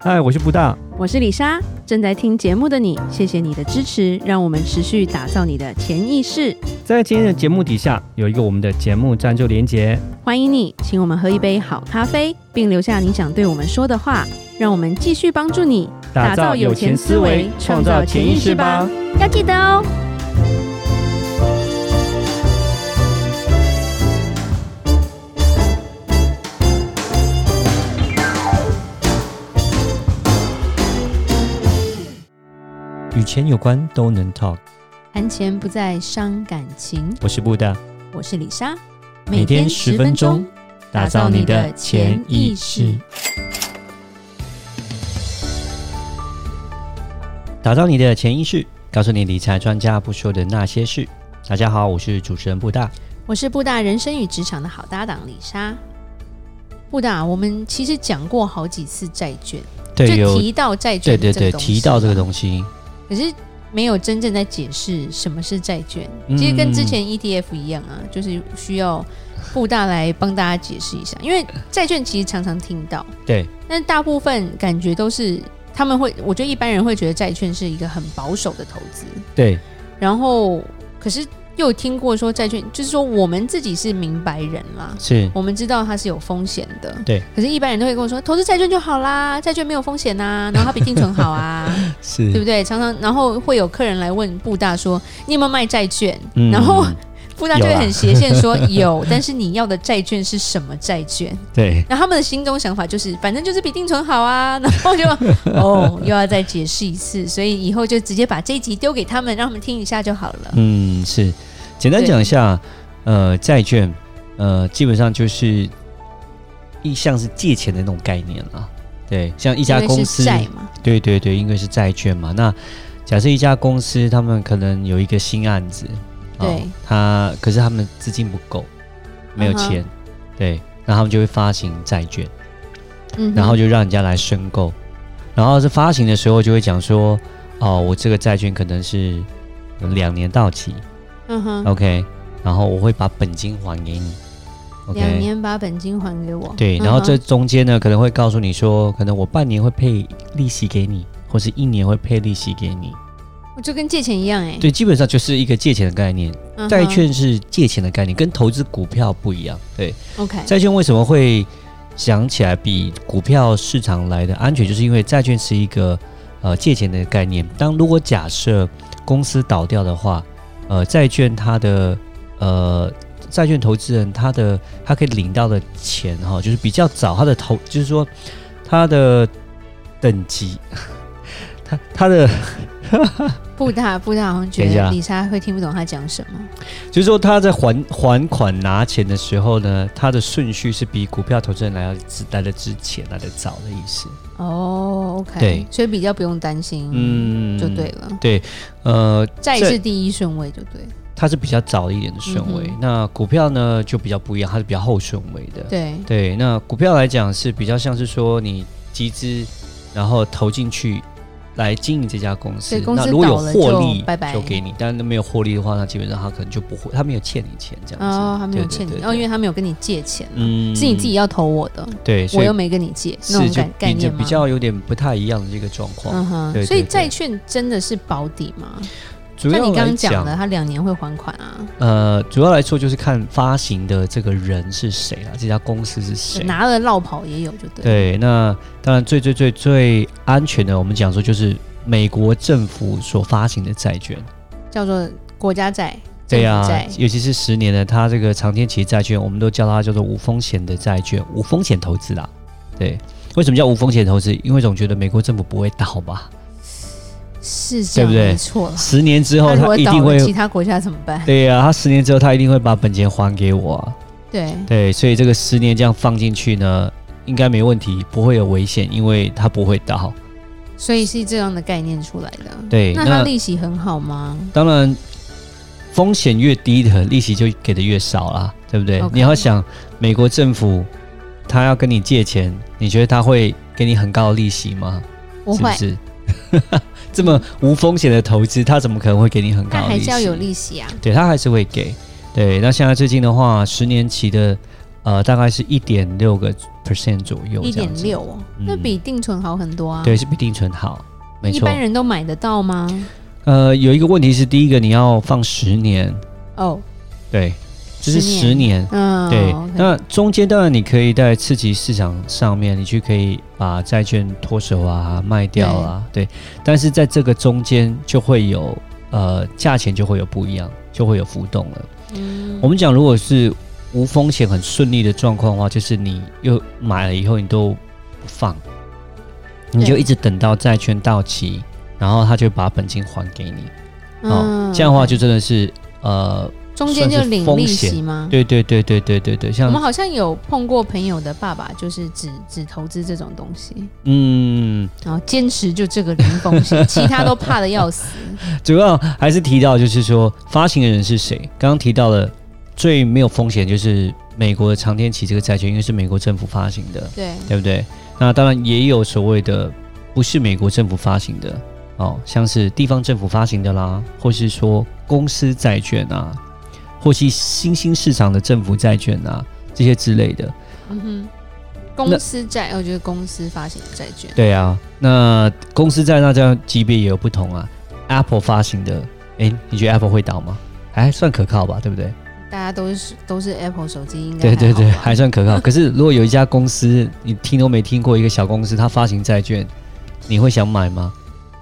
嗨，我是布大， 我是李莎。正在听节目的你，谢谢你的支持，让我们持续打造你的潜意识。 在今天的节目底下有一个我们的节目赞助连结， 欢迎你，请我们喝一杯好咖啡，并留下你想对我们说的话，让我们继续帮助你打造有钱思维，创造潜意识吧。 要记得哦。 与钱有关都能 talk， 谈钱不再伤感情。 我是布大， 我是李莎， 每天10分钟，打造你的潜意识，打造你的潜意识，告诉你理财专家不说的那些事。大家好，我是主持人布大， 我是布大人生与职场的好搭档李莎。布大，我们其实讲过好几次债券， 对， 就提到债券这个东西， 对，提到这个东西， 可是没有真正在解释什么是债券。其实跟之前 ETF 一样啊，就是需要布大来帮大家解释一下。因为债券其实常常听到， 对， 但大部分感觉都是他们会，我觉得一般人会觉得债券是一个很保守的投资， 对。 然后可是又有听过说债券，就是说我们自己是明白人啦， 是我们知道它是有风险的， 对。 可是一般人都会跟我说，投资债券就好啦，债券没有风险啊，然后它比定存好啊， 是， 对不对？常常然后会有客人来问布大说，你有没有卖债券？然后布大就会很斜线说有，但是你要的债券是什么债券？ 对。 然后他们的心中想法就是，反正就是比定存好啊，然后就又要再解释一次，所以以后就直接把这一集丢给他们，让他们听一下就好了。 是。简单讲一下，债券，基本上就是像是借钱的那种概念啦。对，像一家公司，对，因为是债券嘛。那假设一家公司，他们可能有一个新案子，对，可是他们资金不够，没有钱，对，那他们就会发行债券，然后就让人家来申购，然后是发行的时候就会讲说，我这个债券可能是2年到期。OK， 然后我会把本金还给你。 2年把本金还给我。 对，然后这中间呢，可能会告诉你说，可能我半年会配利息给你，或是1年会配利息给你。 就跟借钱一样对，基本上就是一个借钱的概念。债券是借钱的概念，跟投资股票不一样。对 ，OK， 债券为什么会想起来比股票市场来的安全，就是因为债券是一个借钱的概念。如果假设公司倒掉的话，债券它的债券投资人他可以领到的钱就是比较早，他的就是说他的等级，他的布大好像觉得李莎会听不懂他讲什么， 就是说他在还款拿钱的时候呢，他的顺序是比股票投资人来的之前来的早的意思。 OK， 对， 所以比较不用担心，就对了。 对， 债是第一顺位就对了， 它是比较早一点的顺位。那股票呢就比较不一样，它是比较后顺位的。对，那股票来讲是比较像是说你集资，然后投进去来经营这家公司。那如果有获利就给你，但是没有获利的话，那基本上他可能就不会，他没有欠你钱这样子。 他没有欠你，因为他没有跟你借钱，是你自己要投我的， 对， 我又没跟你借，那种概念吗？ 比较有点不太一样的这个状况。 所以债券真的是保底吗？像你刚刚讲的，他2年会还款啊。 主要来说就是看发行的这个人是谁啦，这家公司是谁， 拿了落跑也有就对。 对，那当然最安全的，我们讲说就是美国政府所发行的债券，叫做国家债。 对啊，尤其是10年的，它这个长天期债券，我们都叫它叫做无风险的债券，无风险投资啦。对，为什么叫无风险投资？因为总觉得美国政府不会倒吧。 是这样，对不对？没错了。 10年之后，他一定会， 其他国家怎么办？ 对啊，他10年之后，他一定会把本钱还给我啊。对，所以这个10年这样放进去呢，应该没问题，不会有危险，因为它不会倒。 所以是这样的概念出来的。 对， 那它利息很好吗？ 当然，风险越低的利息就给的越少啦，对不对？你要想，美国政府他要跟你借钱，你觉得他会给你很高的利息吗？ 不会， 是不是？这么无风险的投资，他怎么可能会给你很高的利息？他还是要有利息啊。 对，他还是会给。对，那现在最近的话，10年期的大概是1.6个 1.6% 左右 ，1.6哦，那比定存好很多啊。 对，是比定存好，没错。 一般人都买得到吗？ 有一个问题是，第一个你要放10年哦， 对，这是10年，对。 Okay. 那中间当然你可以在刺激市场上面，你去可以把债券脱手啊、卖掉啊，对。但是在这个中间就会有价钱就会有不一样，就会有浮动了。我们讲如果是无风险很顺利的状况的话，就是你又买了以后你都不放，你就一直等到债券到期，然后他就把本金还给你。这样的话就真的是中间就领利息吗？ 对，像我们好像有碰过朋友的爸爸，就是只投资这种东西，然后坚持就这个零风险，其他都怕的要死。 主要还是提到就是说发行的人是谁，刚刚提到了最没有风险就是美国的长天期这个债券，因为是美国政府发行的，对不对？那当然也有所谓的不是美国政府发行的像是地方政府发行的啦，或是说公司债券啊，或是新兴市场的政府债券啊，这些之类的。 公司债，我觉得公司发行的债券。对啊，那公司债那这样级别也有不同啊。Apple 发行的，你觉得 Apple 会倒吗？还算可靠吧，对不对？ 大家都是 Apple 手机，应该对，还算可靠。可是如果有一家公司，你听都没听过一个小公司，它发行债券，你会想买吗？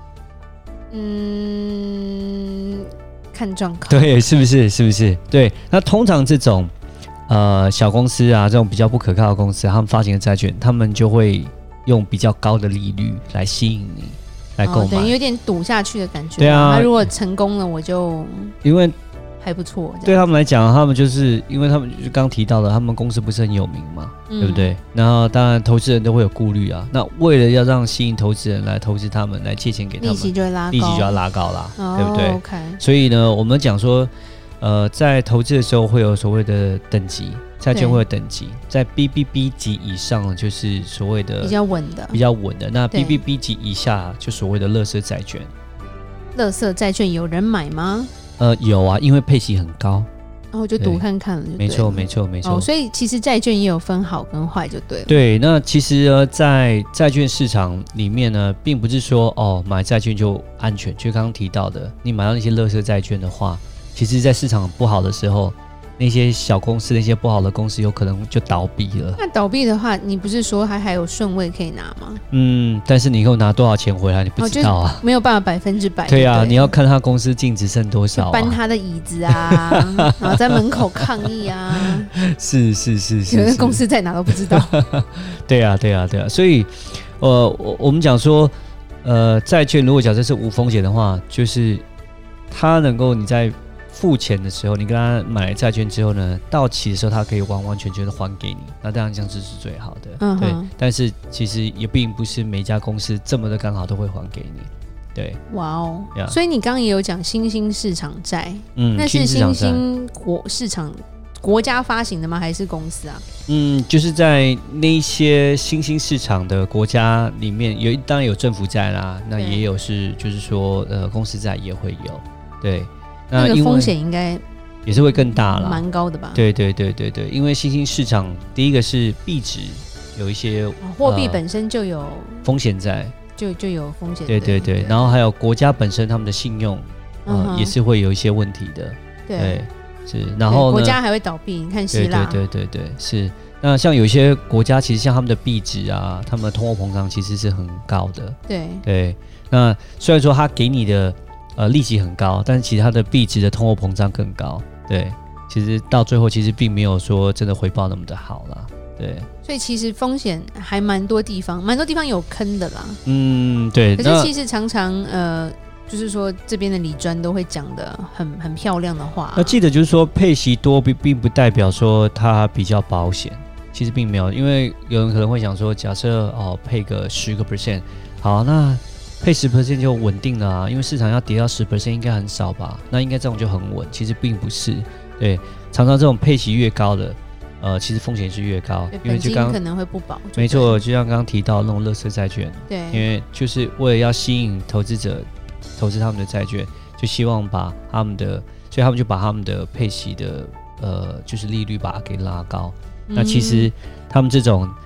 看状况。 对，是不是？对，那通常这种小公司啊，这种比较不可靠的公司，他们发行的债券，他们就会用比较高的利率来吸引你来购买， 等于有点赌下去的感觉。 对啊， 他如果成功了，我就因为还不错。 对他们来讲，他们就是因为他们就刚提到的，他们公司不是很有名嘛，对不对？然后当然投资人都会有顾虑啊。那为了要让吸引投资人来投资他们，来借钱给他们， 利息就要拉高啦，对不对 ？OK。 所以呢，我们讲说，在投资的时候会有所谓的等级，债券会有等级，在 BBB 级以上就是所谓的比较稳的， 那 BBB 级以下就所谓的垃圾债券。 垃圾债券有人买吗？ 有啊，因为配息很高， 然后就赌看看了就对了。 没错。 所以其实债券也有分好跟坏就对了。 对，那其实在债券市场里面呢，并不是说买债券就安全，就刚刚提到的，你买到那些垃圾债券的话，其实在市场不好的时候，那些小公司、那些不好的公司有可能就倒闭了。 那倒闭的话，你不是说还有顺位可以拿吗？ 但是你以后拿多少钱回来，你不知道啊， 没有办法100%。 对啊，你要看他公司净值剩多少， 搬他的椅子啊，然后在门口抗议啊。 是， 有的公司在哪都不知道。 对啊。所以，我们讲说，债券如果假设是无风险的话，就是它能够你在付钱的时候，你跟他买债券之后呢，到期的时候他可以完完全全的还给你，那当然这样子是最好的，对。但是其实也并不是每家公司这么的刚好都会还给你，对。 哇哦，所以你刚刚也有讲新兴市场债，那是新兴市场国家发行的吗？还是公司啊？ 就是在那些新兴市场的国家里面，当然有政府债啦，那也有就是说公司债也会有，对。 那个风险应该也是会更大啦， 蛮高的吧？ 对，因为新兴市场第一个是币值有一些货币本身就有风险在， 就有风险。 对，然后还有国家本身他们的信用也是会有一些问题的，对，是。然后呢， 国家还会倒闭，你看希腊， 对，是。那像有些国家其实像他们的币值啊，他们的通货膨胀其实是很高的，对。那虽然说他给你的利息很高，但是其实它的币值的通货膨胀更高，对，其实到最后其实并没有说真的回报那么的好啦，对。 所以其实风险还蛮多地方有坑的啦， 对。 可是其实常常就是说这边的理专都会讲的很漂亮的话， 那记得就是说配息多并不代表说它比较保险，其实并没有，因为有人可能会想说，假设配个10%，好，那配10% 就稳定了啊，因为市场要跌到10% 应该很少吧？那应该这种就很稳，其实并不是。对，常常这种配息越高的，其实风险是越高，因为就刚可能会不保。 没错，就像刚刚提到那种垃圾债券， 对， 因为就是为了要吸引投资者投资他们的债券，就希望把他们的，所以他们就把他们的配息的就是利率把它给拉高。那其实他们这种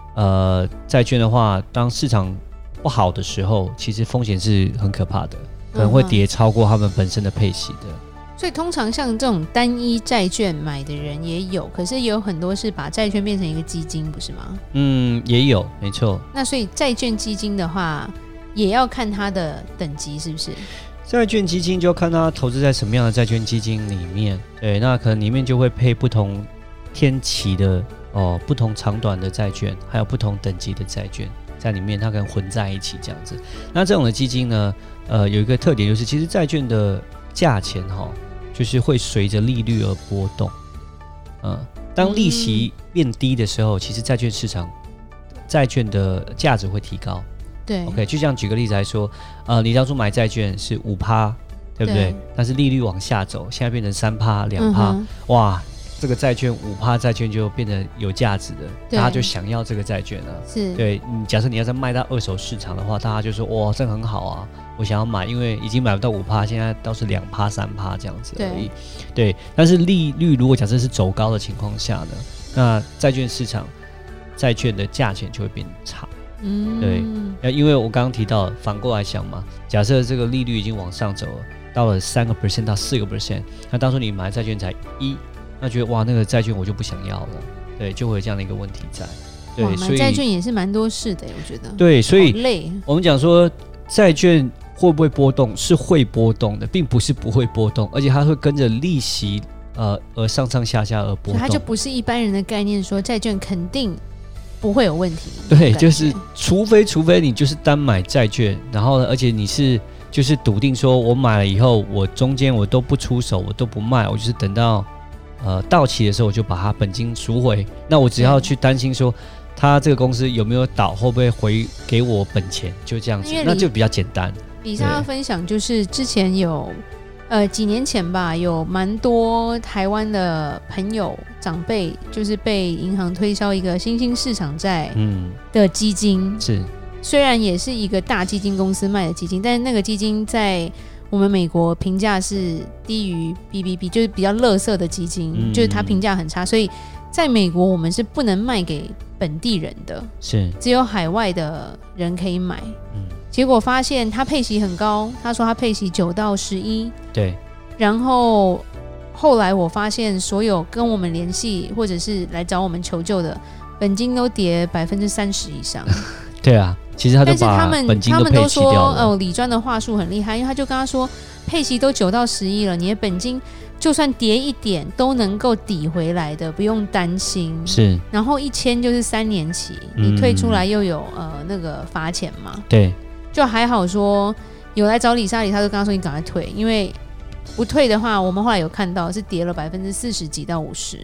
债券的话，当市场不好的时候，其实风险是很可怕的，可能会跌超过他们本身的配息的。 所以通常像这种单一债券买的人也有，可是也有很多是把债券变成一个基金，不是吗？ 也有，没错。 那所以债券基金的话，也要看它的等级是不是？ 债券基金就要看它投资在什么样的债券基金里面。对，那可能里面就会配不同天期的不同长短的债券，还有不同等级的债券在里面，它可能混在一起这样子。那这种的基金呢，有一个特点就是，其实债券的价钱就是会随着利率而波动。当利息变低的时候，其实债券市场债券的价值会提高。 对 ，OK， 就像举个例子来说，你当初买债券是5%，对不对？但是利率往下走，现在变成3%、2%，哇，这个债券5%债券就变得有价值的，大家就想要这个债券了。 是， 对，假设你要再卖到二手市场的话，大家就说哇，这个很好啊，我想要买，因为已经买不到5%，现在倒是2%、3%这样子而已。对，但是利率如果假设是走高的情况下呢，那债券市场债券的价钱就会变差。对，因为我刚刚提到，反过来想嘛，假设这个利率已经往上走了，到了3% 到4%，那当初你买债券才1%，那觉得哇，那个债券我就不想要了，对，就会有这样的一个问题在。对， 所以买债券也是蛮多事的，我觉得。 对，所以累。 我们讲说债券会不会波动，是会波动的，并不是不会波动，而且它会跟着利息而上上下下而波动。 它就不是一般人的概念，说债券肯定不会有问题。 对，就是除非你就是单买债券，然后呢，而且你是就是笃定说我买了以后，我中间我都不出手，我都不卖，我就是等到到期的时候我就把它本金赎回。那我只要去担心说他这个公司有没有倒，会不会回给我本钱，就这样子，那就比较简单。 李莎要分享就是之前有几年前吧，有蛮多台湾的朋友长辈就是被银行推销一个新兴市场债的基金， 是虽然也是一个大基金公司卖的基金，但是那个基金在我们美国评价是低于 BBB， 就是比较垃圾的基金，就是它评价很差，所以在美国我们是不能卖给本地人的， 是只有海外的人可以买。结果发现他配息很高，他说他配息9到11， 对。 然后后来我发现，所有跟我们联系或者是来找我们求救的，本金都跌30%以上。 对啊，其实他都把本金都配息掉了。 他们都说李专的话术很厉害，因为他就跟他说，配息都9到11了，你的本金就算跌一点都能够抵回来的，不用担心。 是， 然后一签就是3年期，你退出来又有那个罚钱嘛。 对。 就还好说有来找李莎，李莎就跟他说你赶快退，因为不退的话，我们后来有看到是跌了40%几到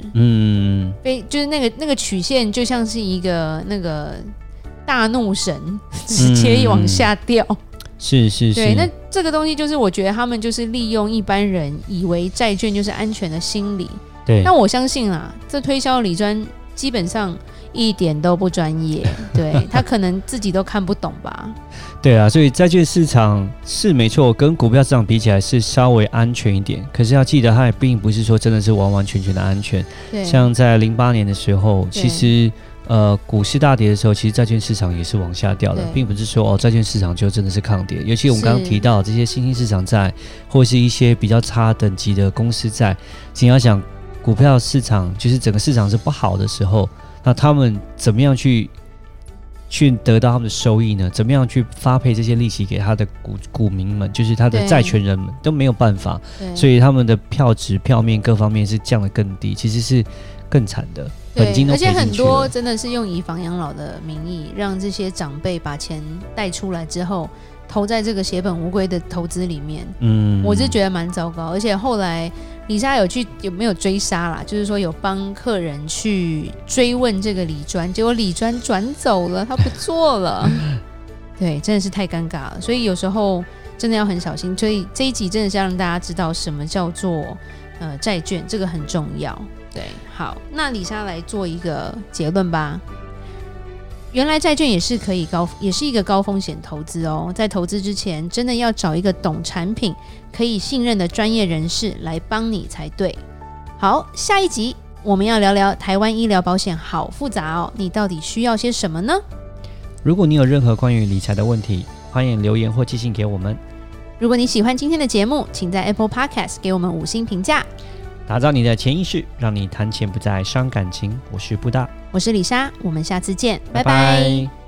50%。就是那个曲线就像是一个那个大怒神，直接往下掉。 是。 对，那这个东西就是我觉得他们就是利用一般人以为债券就是安全的心理。 对， 那我相信啦，这推销理专基本上一点都不专业，对他可能自己都看不懂吧。 对啊，所以债券市场是没错，跟股票市场比起来是稍微安全一点。可是要记得，它也并不是说真的是完完全全的安全。 对， 像在08年的时候，其实股市大跌的时候，其实债券市场也是往下掉的，并不是说债券市场就真的是抗跌。尤其我们刚刚提到这些新兴市场债，或是一些比较差等级的公司债，你要想股票市场就是整个市场是不好的时候，那他们怎么样去得到他们的收益呢？怎么样去发配这些利息给他的股民们，就是他的债权人们都没有办法，所以他们的票值、票面各方面是降得更低，其实是更惨的，本金都赔进去了。 而且很多真的是用以房养老的名义，让这些长辈把钱带出来之后，投在这个血本无归的投资里面。我是觉得蛮糟糕。而且后来李莎有没有追杀啦？就是说有帮客人去追问这个理专，结果理专转走了，他不做了。对，真的是太尴尬了。所以有时候真的要很小心。所以这一集真的是要让大家知道什么叫做债券，这个很重要。对，好，那李莎来做一个结论吧。原来债券也是一个高风险投资哦。在投资之前，真的要找一个懂产品、可以信任的专业人士来帮你才对。好，下一集我们要聊聊台湾医疗保险好复杂哦，你到底需要些什么呢？ 如果你有任何关于理财的问题，欢迎留言或寄信给我们。 如果你喜欢今天的节目，请在 Apple Podcast 给我们5星评价。 打造你的潜意识，让你谈钱不再伤感情。我是布大， 我是李莎，我们下次见，拜拜拜。